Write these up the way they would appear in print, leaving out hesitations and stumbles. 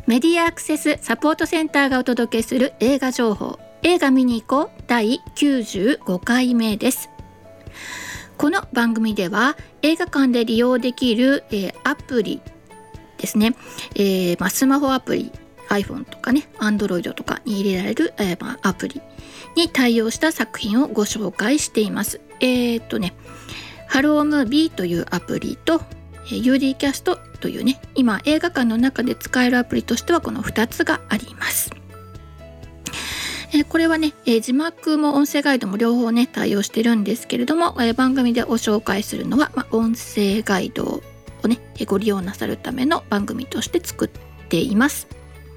メディアアクセスサポートセンターがお届けする映画情報、映画見に行こう第95回目です。この番組では映画館で利用できる、アプリですね、スマホアプリ iPhone とかね Android とかに入れられる、アプリに対応した作品をご紹介しています。ハロームービーというアプリとUD キャストというね、今映画館の中で使えるアプリとしてはこの2つがあります。これはね、字幕も音声ガイドも両方ね対応してるんですけれども、番組でご紹介するのは、音声ガイドをねご利用なさるための番組として作っています。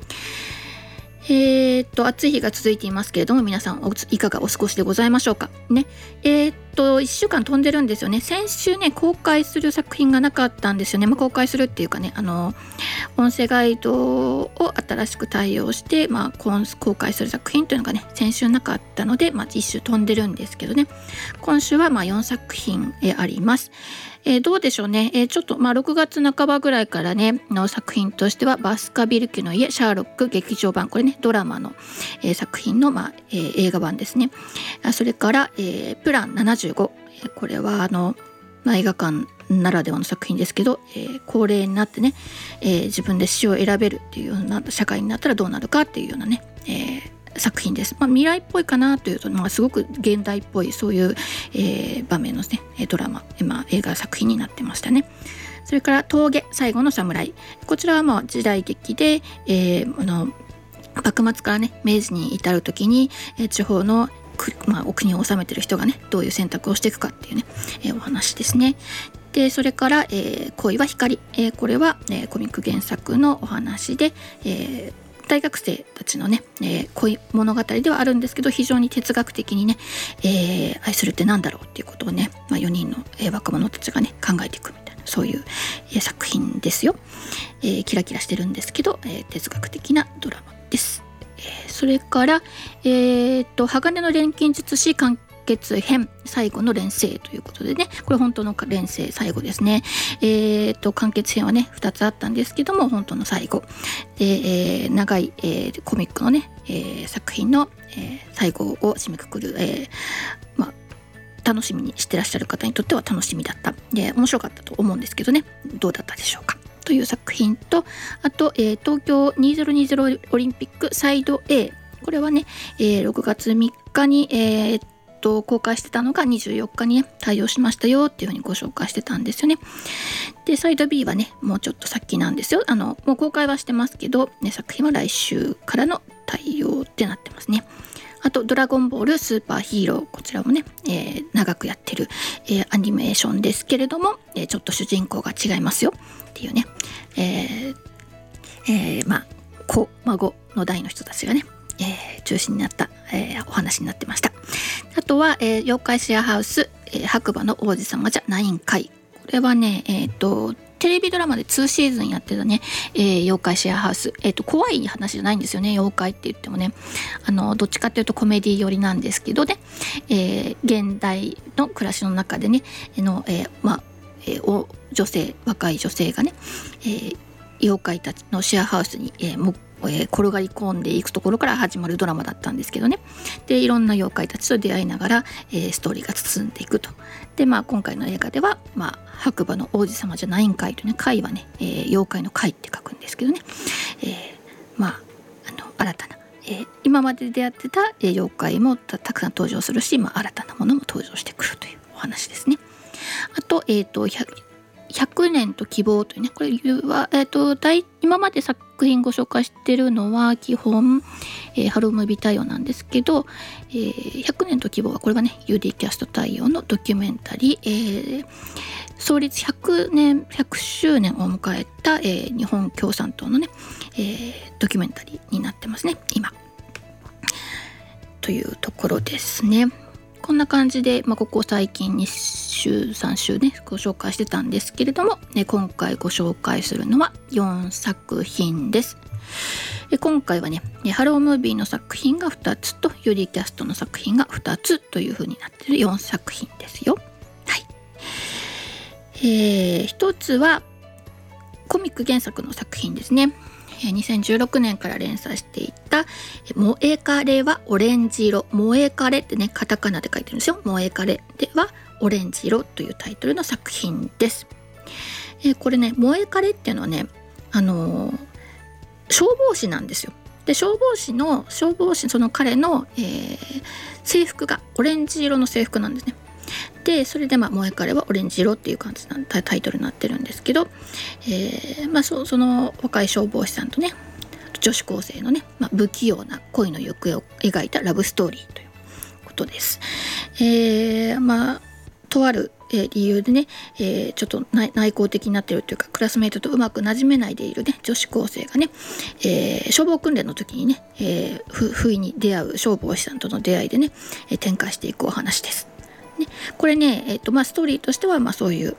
暑い日が続いていますけれども、皆さんいかがお過ごしでございましょうかね。1週間飛んでるんですよね。先週ね公開する作品がなかったんですよね。公開するっていうかね、音声ガイドを新しく対応して、公開する作品というのがね先週なかったので、1週飛んでるんですけどね、今週は4作品あります。どうでしょうね。ちょっと6月半ばぐらいからねの作品としてはバスカビル家の家シャーロック劇場版、これねドラマの、作品の、映画版ですね。それから、プラン75、これは映画館ならではの作品ですけど、高齢になってね、自分で死を選べるっていうような社会になったらどうなるかっていうようなね、作品です。未来っぽいかなというと、すごく現代っぽいそういう、場面のねドラマ、映画作品になってましたね。それから峠最後の侍、こちらは時代劇で、幕末からね明治に至る時に、地方のお国を治めてる人がねどういう選択をしていくかっていうね、お話ですね。でそれから、恋は光、これは、コミック原作のお話で、大学生たちのね、恋物語ではあるんですけど、非常に哲学的にね、愛するってなんだろうっていうことをね、4人の、若者たちがね考えていくみたいな、そういう、作品ですよ。キラキラしてるんですけど、哲学的なドラマです。それから、鋼の錬金術師完結編最後の錬成ということでね、これ本当の錬成最後ですね。完結編はね2つあったんですけども、本当の最後で、長い、コミックのね、作品の、最後を締めくくる、楽しみにしてらっしゃる方にとっては楽しみだった、面白かったと思うんですけどね、どうだったでしょうかという作品と、あと、東京2020オリンピックサイド A、 これはね、6月3日に、公開してたのが24日に、ね、対応しましたよっていうふうにご紹介してたんですよね。でサイド B はねもうちょっと先なんですよ。もう公開はしてますけど、作品は来週からの対応ってなってますね。あとドラゴンボールスーパーヒーロー、こちらもね、長くやってる、アニメーションですけれども、ちょっと主人公が違いますよっていうね、子孫の代の人たちがね、中心になった、お話になってました。あとは、妖怪シェアハウス、白馬の王子様じゃないんかい、これはね、テレビドラマで2シーズンやってたね、妖怪シェアハウス、怖い話じゃないんですよね。妖怪って言ってもね、どっちかっていうとコメディ寄りなんですけどね、現代の暮らしの中でね若い女性がね、妖怪たちのシェアハウスに、転がり込んでいくところから始まるドラマだったんですけどね。でいろんな妖怪たちと出会いながら、ストーリーが進んでいくと。で今回の映画では、白馬の王子様じゃないんかいとね、怪はね、妖怪の怪って書くんですけどね、新たな、今まで出会ってた、妖怪もたくさん登場するし、新たなものも登場してくるというお話ですね。あと、100年と希望というね、これは、今まで作品ご紹介してるのは基本、ハロームービー対応なんですけど、100年と希望はこれはね UD キャスト対応のドキュメンタリー、創立100周年を迎えた、日本共産党のね、ドキュメンタリーになってますね今というところですね。こんな感じで、ここ最近2週3週ねご紹介してたんですけれども、今回ご紹介するのは4作品です。今回はねハロームービーの作品が2つとユリキャストの作品が2つという風になっている4作品ですよ。はい。一つはコミック原作の作品ですね。 2016年から連載していたモエカレはオレンジ色、モエカレってねカタカナで書いてるんですよ。モエカレではオレンジ色というタイトルの作品です。これねモエカレっていうのはね消防士なんですよ。で消防士その彼の、制服がオレンジ色の制服なんですね。でそれでモエカレはオレンジ色っていう感じのタイトルになってるんですけど、その若い消防士さんとね女子高生のね、不器用な恋の行方を描いたラブストーリーということです。とある理由でね、ちょっと内向的になっているというかクラスメートとうまくなじめないでいるね女子高生がね、消防訓練の時にね、不意に出会う消防士さんとの出会いでね、展開していくお話です。ね、これね、ストーリーとしてはそういう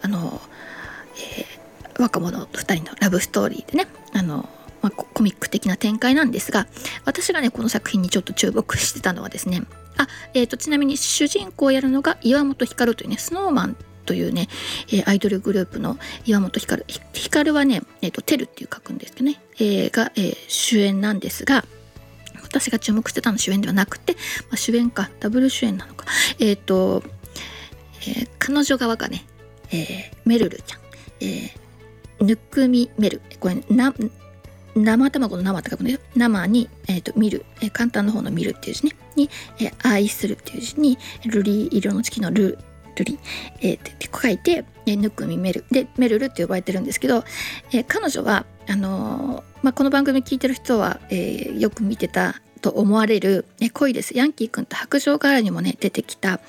若者2人のラブストーリーでねコミック的な展開なんですが、私がねこの作品にちょっと注目してたのはですねちなみに主人公をやるのが岩本照というねスノーマンというねアイドルグループの岩本照はねテルっていう書くんですけどね、が、主演なんですが、私が注目してたのは主演ではなくて、主演かダブル主演なのか彼女側がね、メルルちゃん、ぬくみメル、これ生卵の生って書くんだよ。生に、見る、簡単の方の見るっていう字ねに、愛するっていう字にルリ色の月のルリ、って書いて、ぬくみメルでメルルって呼ばれてるんですけど、彼女はこの番組聞いてる人は、よく見てたと思われる恋です。ヤンキー君と白杖ガールにもね出てきた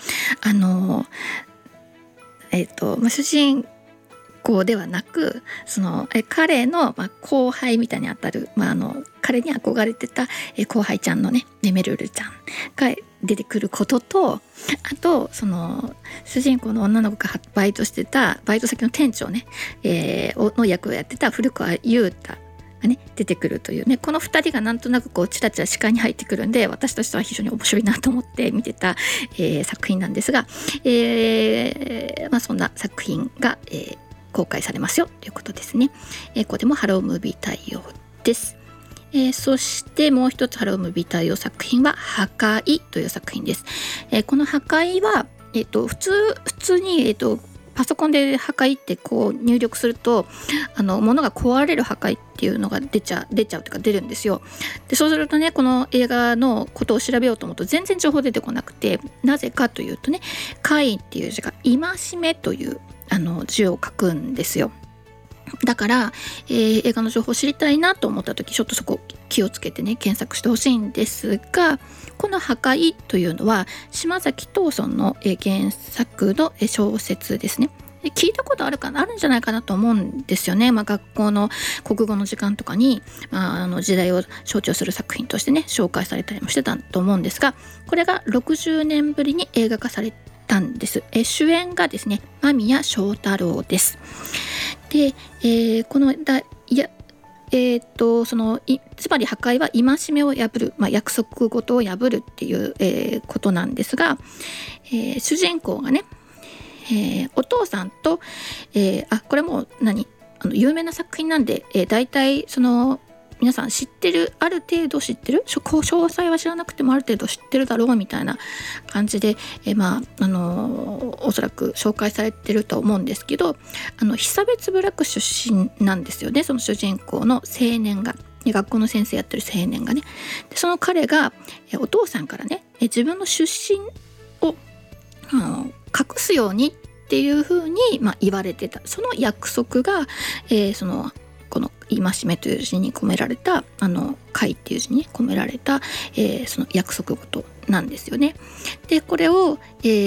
主人公ではなく彼の後輩みたいにあたる、彼に憧れてた後輩ちゃんのねメルルちゃんが出てくることと、あと主人公の女の子がバイトしてたバイト先の店長ね、の役をやってた古川雄太がね出てくるというね、この2人がなんとなくチラチラ視界に入ってくるんで、私としては非常に面白いなと思って見てた、作品なんですが、そんな作品が、公開されますよということですね。ここでもハロームービー対応です。そしてもう一つハロームービー対応作品は破壊という作品です。この破壊は、普通に、パソコンで破壊って入力すると物が壊れる破壊っていうのが出ちゃうというか出るんですよ。でそうするとねこの映画のことを調べようと思うと全然情報出てこなくて、なぜかというとね怪っていう字が戒めという字を書くんですよ。だから、映画の情報を知りたいなと思った時ちょっとそこ気をつけてね検索してほしいんですが、この破壊というのは島崎藤村の原作の小説ですね。聞いたことあるんじゃないかなと思うんですよね。学校の国語の時間とかに、時代を象徴する作品としてね紹介されたりもしてたと思うんですが、これが60年ぶりに映画化されたんです。主演がですね間宮祥太朗です。で、つまり破壊は戒めを破る、約束事を破るっていう、ことなんですが、主人公がね、お父さんと、これもう有名な作品なんで、大体皆さんある程度知ってる、詳細は知らなくてもある程度知ってるだろうみたいな感じで、おそらく紹介されてると思うんですけど、被差別部落出身なんですよね。その主人公の青年が、学校の先生やってる青年がね、でその彼がお父さんからね自分の出身を隠すようにっていうふうに言われてた、その約束が、この戒めという字に込められた戒っていう字に込められた、その約束事なんですよね。でこれを、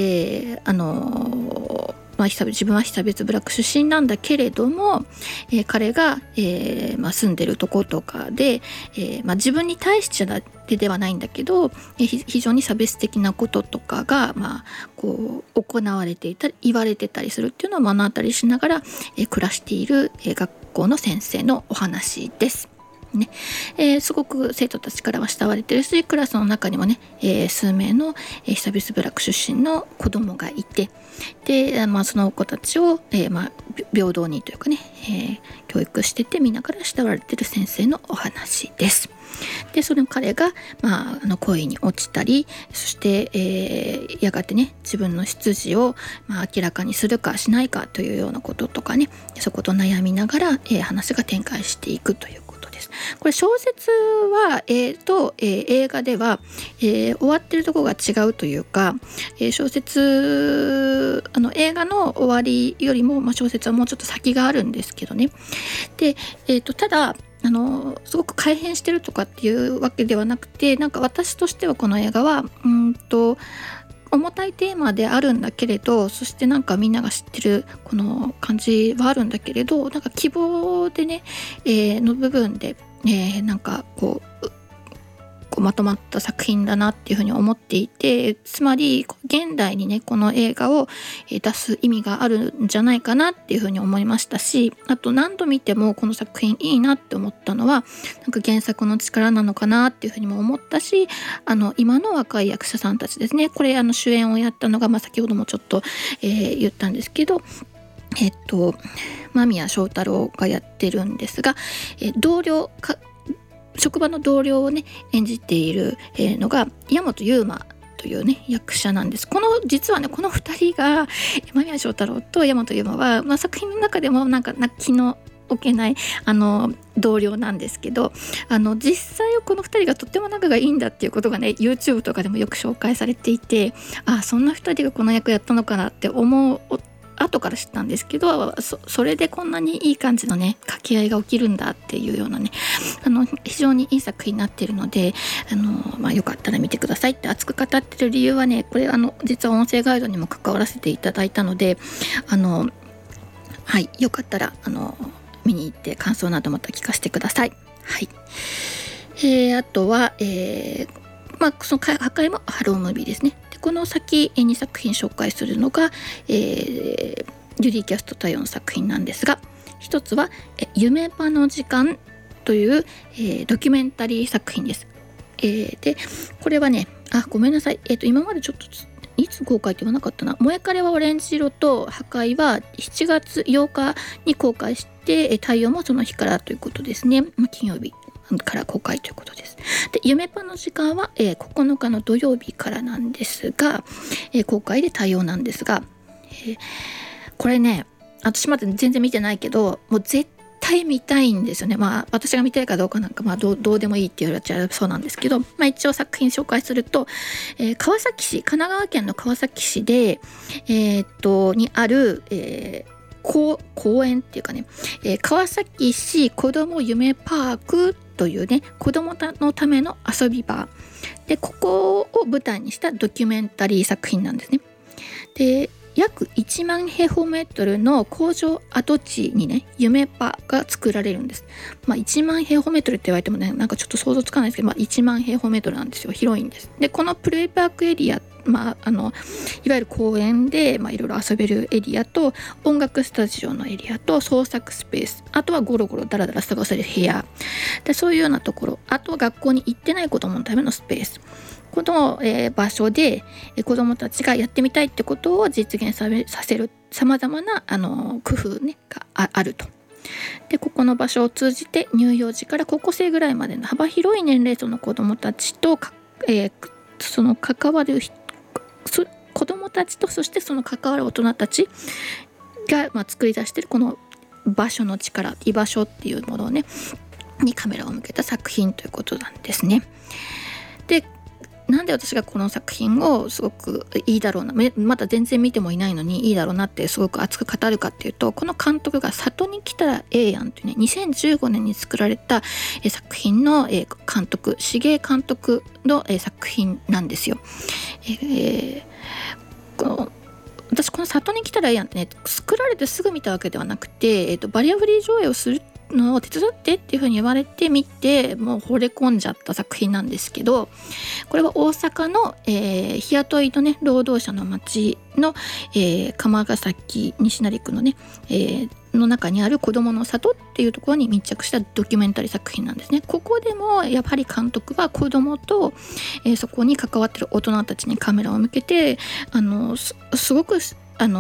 自分は被差別部落出身なんだけれども、彼が、住んでるとことかで、自分に対してではないんだけど、非常に差別的なこととかが、行われていたり言われてたりするっていうのを目の当たりしながら、暮らしている、学校の先生のお話です。 ね。すごく生徒たちからは慕われてるし、クラスの中にもね、数名の、久々部落出身の子供がいて、で、その子たちを、平等にというかね、教育してて、みんなから慕われてる先生のお話です。でその彼が、恋に落ちたり、そして、やがてね自分の出自を、明らかにするかしないかというようなこととかね、そこと悩みながら、話が展開していくということです。これ小説は、映画では、終わってるところが違うというか、小説映画の終わりよりも、小説はもうちょっと先があるんですけどね。で、ただすごく改変してるとかっていうわけではなくて、なんか私としてはこの映画は重たいテーマであるんだけれど、そしてなんかみんなが知ってるこの感じはあるんだけれど、なんか希望でね、の部分で、なんかこうまとまった作品だなっていうふうに思っていて、つまり現代にねこの映画を出す意味があるんじゃないかなっていうふうに思いましたし、あと何度見てもこの作品いいなって思ったのは、なんか原作の力なのかなっていうふうにも思ったし、今の若い役者さんたちですね、これ主演をやったのが、先ほどもちょっと、言ったんですけど、間宮祥太朗がやってるんですが、職場の同僚をね演じているのが大和悠馬というね役者なんです。実はねこの2人が間宮祥太朗と大和悠馬は、作品の中でもなんか気の置けない同僚なんですけど、実際はこの2人がとっても仲がいいんだっていうことがね YouTube とかでもよく紹介されていて、そんな2人がこの役やったのかなって思う後から知ったんですけど、それでこんなにいい感じのね掛け合いが起きるんだっていうようなね非常にいい作品になっているので、よかったら見てくださいって熱く語ってる理由はね、これ実は音声ガイドにも関わらせていただいたので、はい、よかったら見に行って感想などまた聞かせてください。はい。あとは、その破壊もハロームービーですね。でこの先2作品紹介するのが、ジュディ・キャスト対応の作品なんですが、一つは夢場の時間という、ドキュメンタリー作品です。でこれはね、ごめんなさい、今までちょっといつ公開って言わなかったな。燃え枯れはオレンジ色と破壊は7月8日に公開して、太陽もその日からということですね。金曜日から公開ということです。で夢パの時間は、9日の土曜日からなんですが、公開で対応なんですが、これね私まだ全然見てないけど、もう絶対見たいんですよね。私が見たいかどうかなんかどうでもいいって言われちゃうそうなんですけど、一応作品紹介すると、神奈川県の川崎市で、にある、公園っていうかね、川崎市子ども夢パークというね子どものための遊び場で、ここを舞台にしたドキュメンタリー作品なんですね。で約1万平方メートルの工場跡地にね夢パが作られるんです。1万平方メートルって言われてもねなんかちょっと想像つかないですけど、1万平方メートルなんですよ。広いんです。でこのプレイパークエリア、いわゆる公園で、いろいろ遊べるエリアと音楽スタジオのエリアと創作スペース、あとはゴロゴロダラダラ過ごせる部屋で、そういうようなところ、あとは学校に行ってない子どものためのスペース、この、場所で子どもたちがやってみたいってことを実現させるさまざまな工夫、ね、があると。でここの場所を通じて乳幼児から高校生ぐらいまでの幅広い年齢層の子どもたちとその関わる子どもたちと、そしてその関わる大人たちが、作り出しているこの場所の力、居場所っていうものをねにカメラを向けた作品ということなんですね。でなんで私がこの作品をすごくいいだろうな、まだ全然見てもいないのにいいだろうなってすごく熱く語るかっていうと、この監督が里に来たらええやんというね2015年に作られた作品の監督、重監督の作品なんですよ。私この里に来たらええやんってね作られてすぐ見たわけではなくて、バリアフリー上映をするのを手伝ってっていう風に言われてみて、もう惚れ込んじゃった作品なんですけど、これは大阪の、日雇いのね労働者の町の、釜ヶ崎西成区のね、 の中にある子どもの里っていうところに密着したドキュメンタリー作品なんですね。ここでもやはり監督は子どもと、そこに関わってる大人たちにカメラを向けてすごく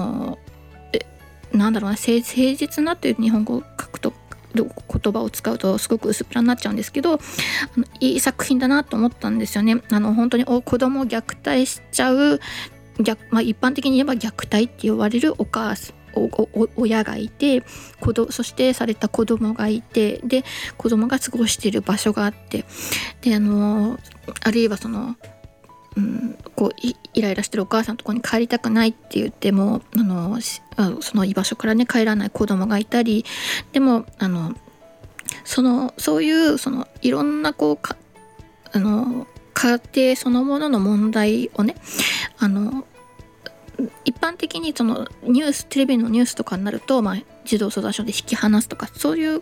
なんだろうな、誠実なという日本語を書くと言葉を使うとすごく薄っぺらになっちゃうんですけど、いい作品だなと思ったんですよね。本当に子供を虐待しちゃう一般的に言えば虐待って言われる親がいて、そしてされた子供がいて、で子供が過ごしている場所があって、であるいはイライラしてるお母さんのところに帰りたくないって言ってもその居場所からね帰らない子供がいたり、でもそういういろんな家庭そのものの問題をね一般的にテレビのニュースとかになると、児童相談所で引き離すとか、そういう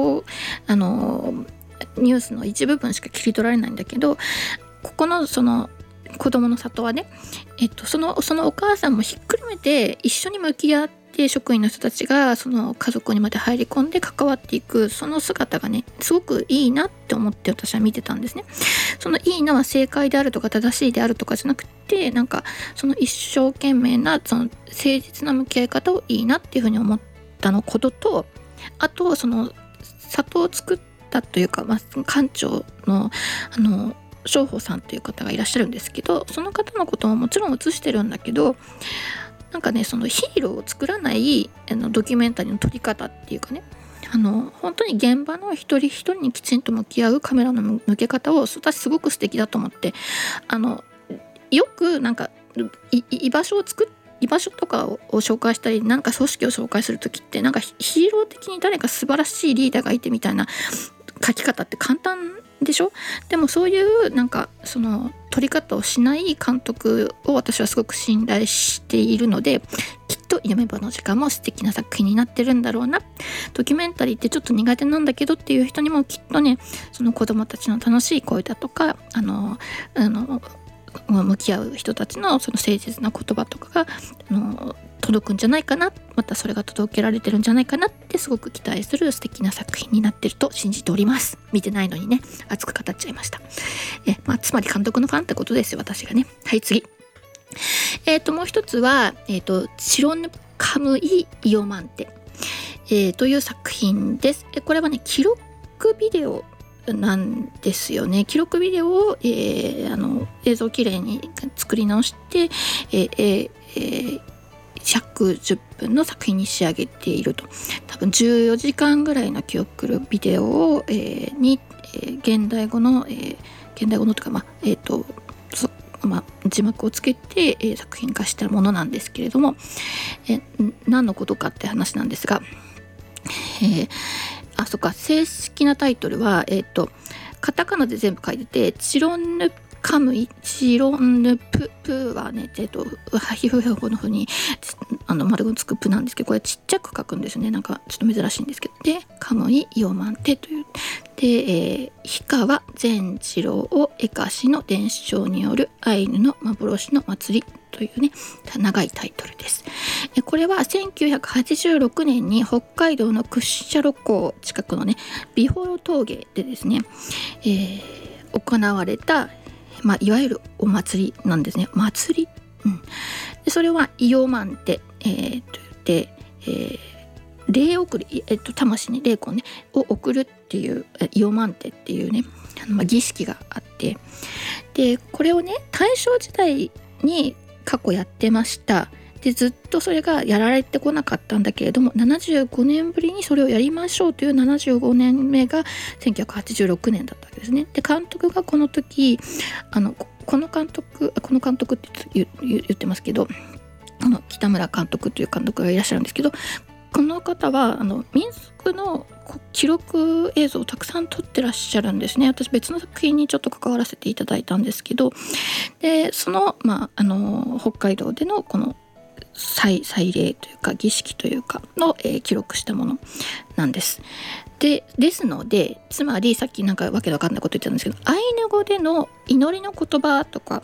ニュースの一部分しか切り取られないんだけど、ここの子供の里はね、そのお母さんもひっくるめて一緒に向き合って、職員の人たちがその家族にまで入り込んで関わっていく、その姿がねすごくいいなって思って私は見てたんですね。そのいいのは正解であるとか正しいであるとかじゃなくて、その一生懸命な誠実な向き合い方をいいなっていうふうに思ったことと、あと里を作ったというか、館長の正保さんという方がいらっしゃるんですけど、その方のことももちろん映してるんだけど、そのヒーローを作らないドキュメンタリーの撮り方っていうかね、本当に現場の一人一人にきちんと向き合うカメラの向け方を私すごく素敵だと思って、よく居場所とかを紹介したり、組織を紹介するときってヒーロー的に誰か素晴らしいリーダーがいてみたいな書き方って簡単でしょ。でもそういう撮り方をしない監督を私はすごく信頼しているので、きっと夢場の時間も素敵な作品になってるんだろうな。ドキュメンタリーってちょっと苦手なんだけどっていう人にもきっとね、その子供たちの楽しい声だとか向き合う人たちのその誠実な言葉とかが届くんじゃないかな、またそれが届けられてるんじゃないかなってすごく期待する素敵な作品になってると信じております。見てないのにね熱く語っちゃいました。つまり監督のファンってことですよ、私がね。はい、次。もう一つはチロヌカムイ・イオマンテ、という作品です。これはね記録ビデオなんですよね。記録ビデオを、映像をきれいに作り直して、110分の作品に仕上げていると。多分14時間ぐらいの記録ビデオを、現代語のというか字幕をつけて、作品化したものなんですけれども、何のことかって話なんですが、正式なタイトルは、カタカナで全部書いてて、チロンヌカムイ、チロンヌプはね、ハヒフヘホのふうに丸がつくプなんですけど、これちっちゃく書くんですね。ちょっと珍しいんですけど、でカムイイオマンテというで、氷川善次郎をエカシの伝承によるアイヌの幻の祭りというね長いタイトルです。これは1986年に北海道の屈斜路湖近くのね美幌峠でですね、行われた、いわゆるお祭りなんですね。祭り、でそれはイオマンテ、といって、霊送り、魂に霊魂ねを送るっていうイオマンテっていうね儀式があって、でこれをね大正時代に過去やってました。でずっとそれがやられてこなかったんだけれども、75年ぶりにそれをやりましょうという75年目が1986年だったわけですね。で監督がこの時この監督って言ってますけど、北村監督という監督がいらっしゃるんですけど、この方は民族の記録映像をたくさん撮ってらっしゃるんですね。私別の作品にちょっと関わらせていただいたんですけど、でその、北海道でのこの祭礼というか儀式というかの、記録したものなんです。ですので、つまりさっきわけのわかんないこと言ってたんですけど、アイヌ語での祈りの言葉とか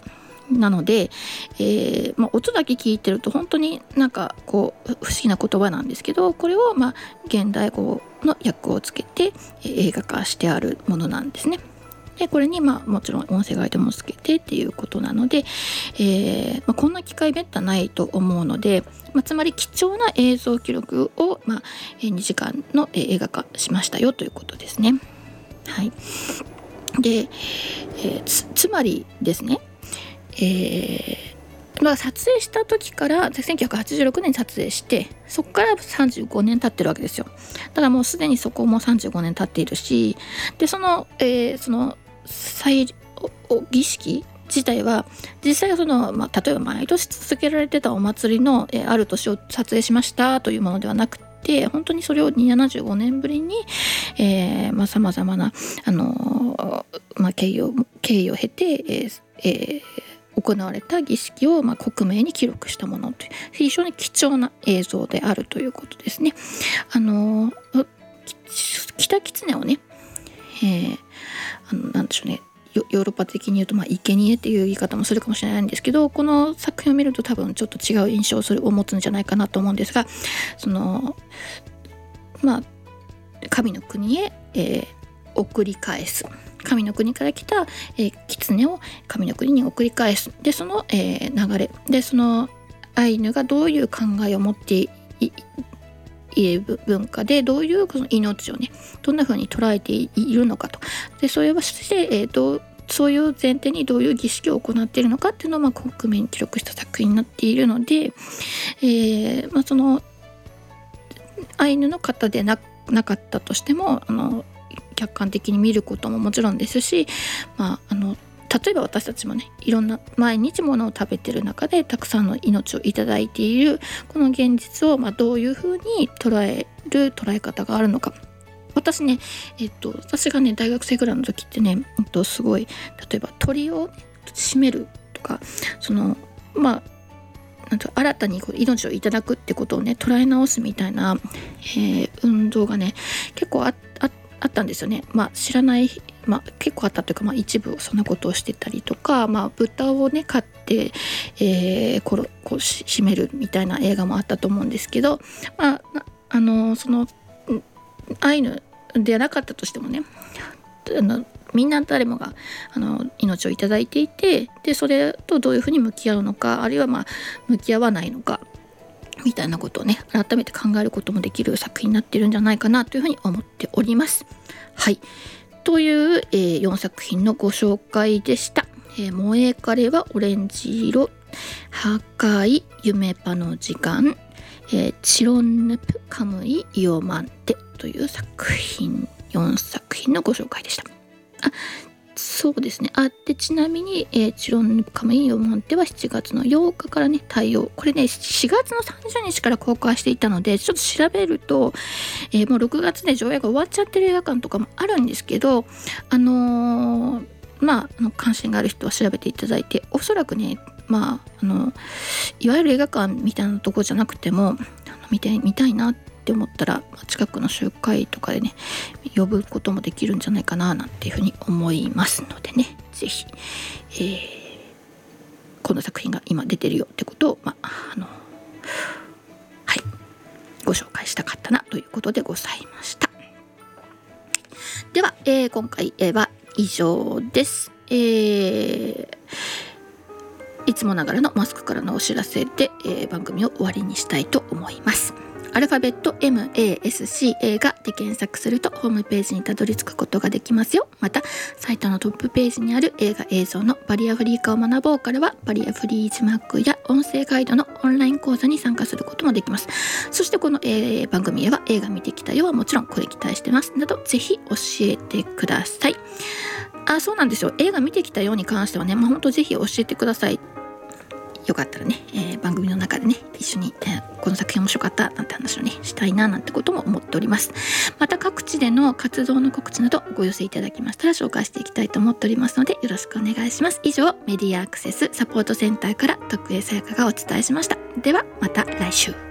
なので、音だけ聞いてると本当になんかこう不思議な言葉なんですけど、これを現代語の訳をつけて映画化してあるものなんですね。でこれにもちろん音声ガイドもつけてっていうことなので、こんな機会めったないと思うので、つまり貴重な映像記録を、2時間の映画化しましたよということですね。はい。で、つまりですね、撮影した時から1986年に撮影して、そこから35年経ってるわけですよ。だからもうすでにそこも35年経っているし、でその儀式自体は実際は例えば毎年続けられてたお祭りの、ある年を撮影しましたというものではなくて、本当にそれを75年ぶりにさまざまな経緯を経て、行われた儀式を克明に記録したものという非常に貴重な映像であるということですね。キタキツネをね、なんでしょうね、ヨーロッパ的に言うと生贄っていう言い方もするかもしれないんですけど、この作品を見ると多分ちょっと違う印象を持つんじゃないかなと思うんですが、神の国へ、送り返す、神の国から来た、狐を神の国に送り返す。でその、流れでそのアイヌがどういう考えを持っている文化で、どういうその命をねどんな風に捉えているのかと。でそして、そういう前提にどういう儀式を行っているのかっていうのを克明に記録した作品になっているので、そのアイヌの方でなかったとしても客観的に見ることももちろんですし、例えば私たちもねいろんな毎日ものを食べてる中でたくさんの命をいただいているこの現実をどういうふうに捉え方があるのか。私ね、私がね大学生ぐらいの時ってね、すごい例えば鳥を締めるとか、新たに命をいただくってことをね捉え直すみたいな、運動がね結構あったんですよね。知らない、結構あったというか、一部そんなことをしてたりとか、豚をね飼って、こう締めるみたいな映画もあったと思うんですけど、そのアイヌではなかったとしてもね、みんな誰もが命をいただいていて、でそれとどういうふうに向き合うのか、あるいは向き合わないのかみたいなことをね改めて考えることもできる作品になっているんじゃないかなというふうに思っております。はい、という、4作品のご紹介でした。萌え彼はオレンジ色、破壊夢パの時間、チロンヌプカムイイオマンテという作品、4作品のご紹介でした。そうですね。でちなみに、チロンヌプカムイイオマンテは7月の8日からね対応、これね4月の30日から公開していたので、ちょっと調べると、もう6月で上映が終わっちゃってる映画館とかもあるんですけど、関心がある人は調べていただいて、おそらくねいわゆる映画館みたいなところじゃなくても見たいなって思ったら、近くの集会とかでね呼ぶこともできるんじゃないかななんていうふうに思いますのでね、ぜひ、この作品が今出てるよってことをご紹介したかったなということでございました。では、今回は以上です。いつもながらのマスクからのお知らせで、番組を終わりにしたいと思います。アルファベット MASC がで検索するとホームページにたどり着くことができますよ。またサイトのトップページにある映画映像のバリアフリー化を学ぼうからは、バリアフリー字幕や音声ガイドのオンライン講座に参加することもできます。そしてこの、番組へは映画見てきたよはもちろんこれ期待してますなど、ぜひ教えてください。そうなんですよ。映画見てきたように関してはね、本当ぜひ教えてください。よかったらね、番組の中でね一緒に、この作品面白かったなんて話をねしたいななんてことも思っております。また各地での活動の告知などご寄せいただきましたら紹介していきたいと思っておりますので、よろしくお願いします。以上、メディアアクセスサポートセンターから徳江さやかがお伝えしました。ではまた来週。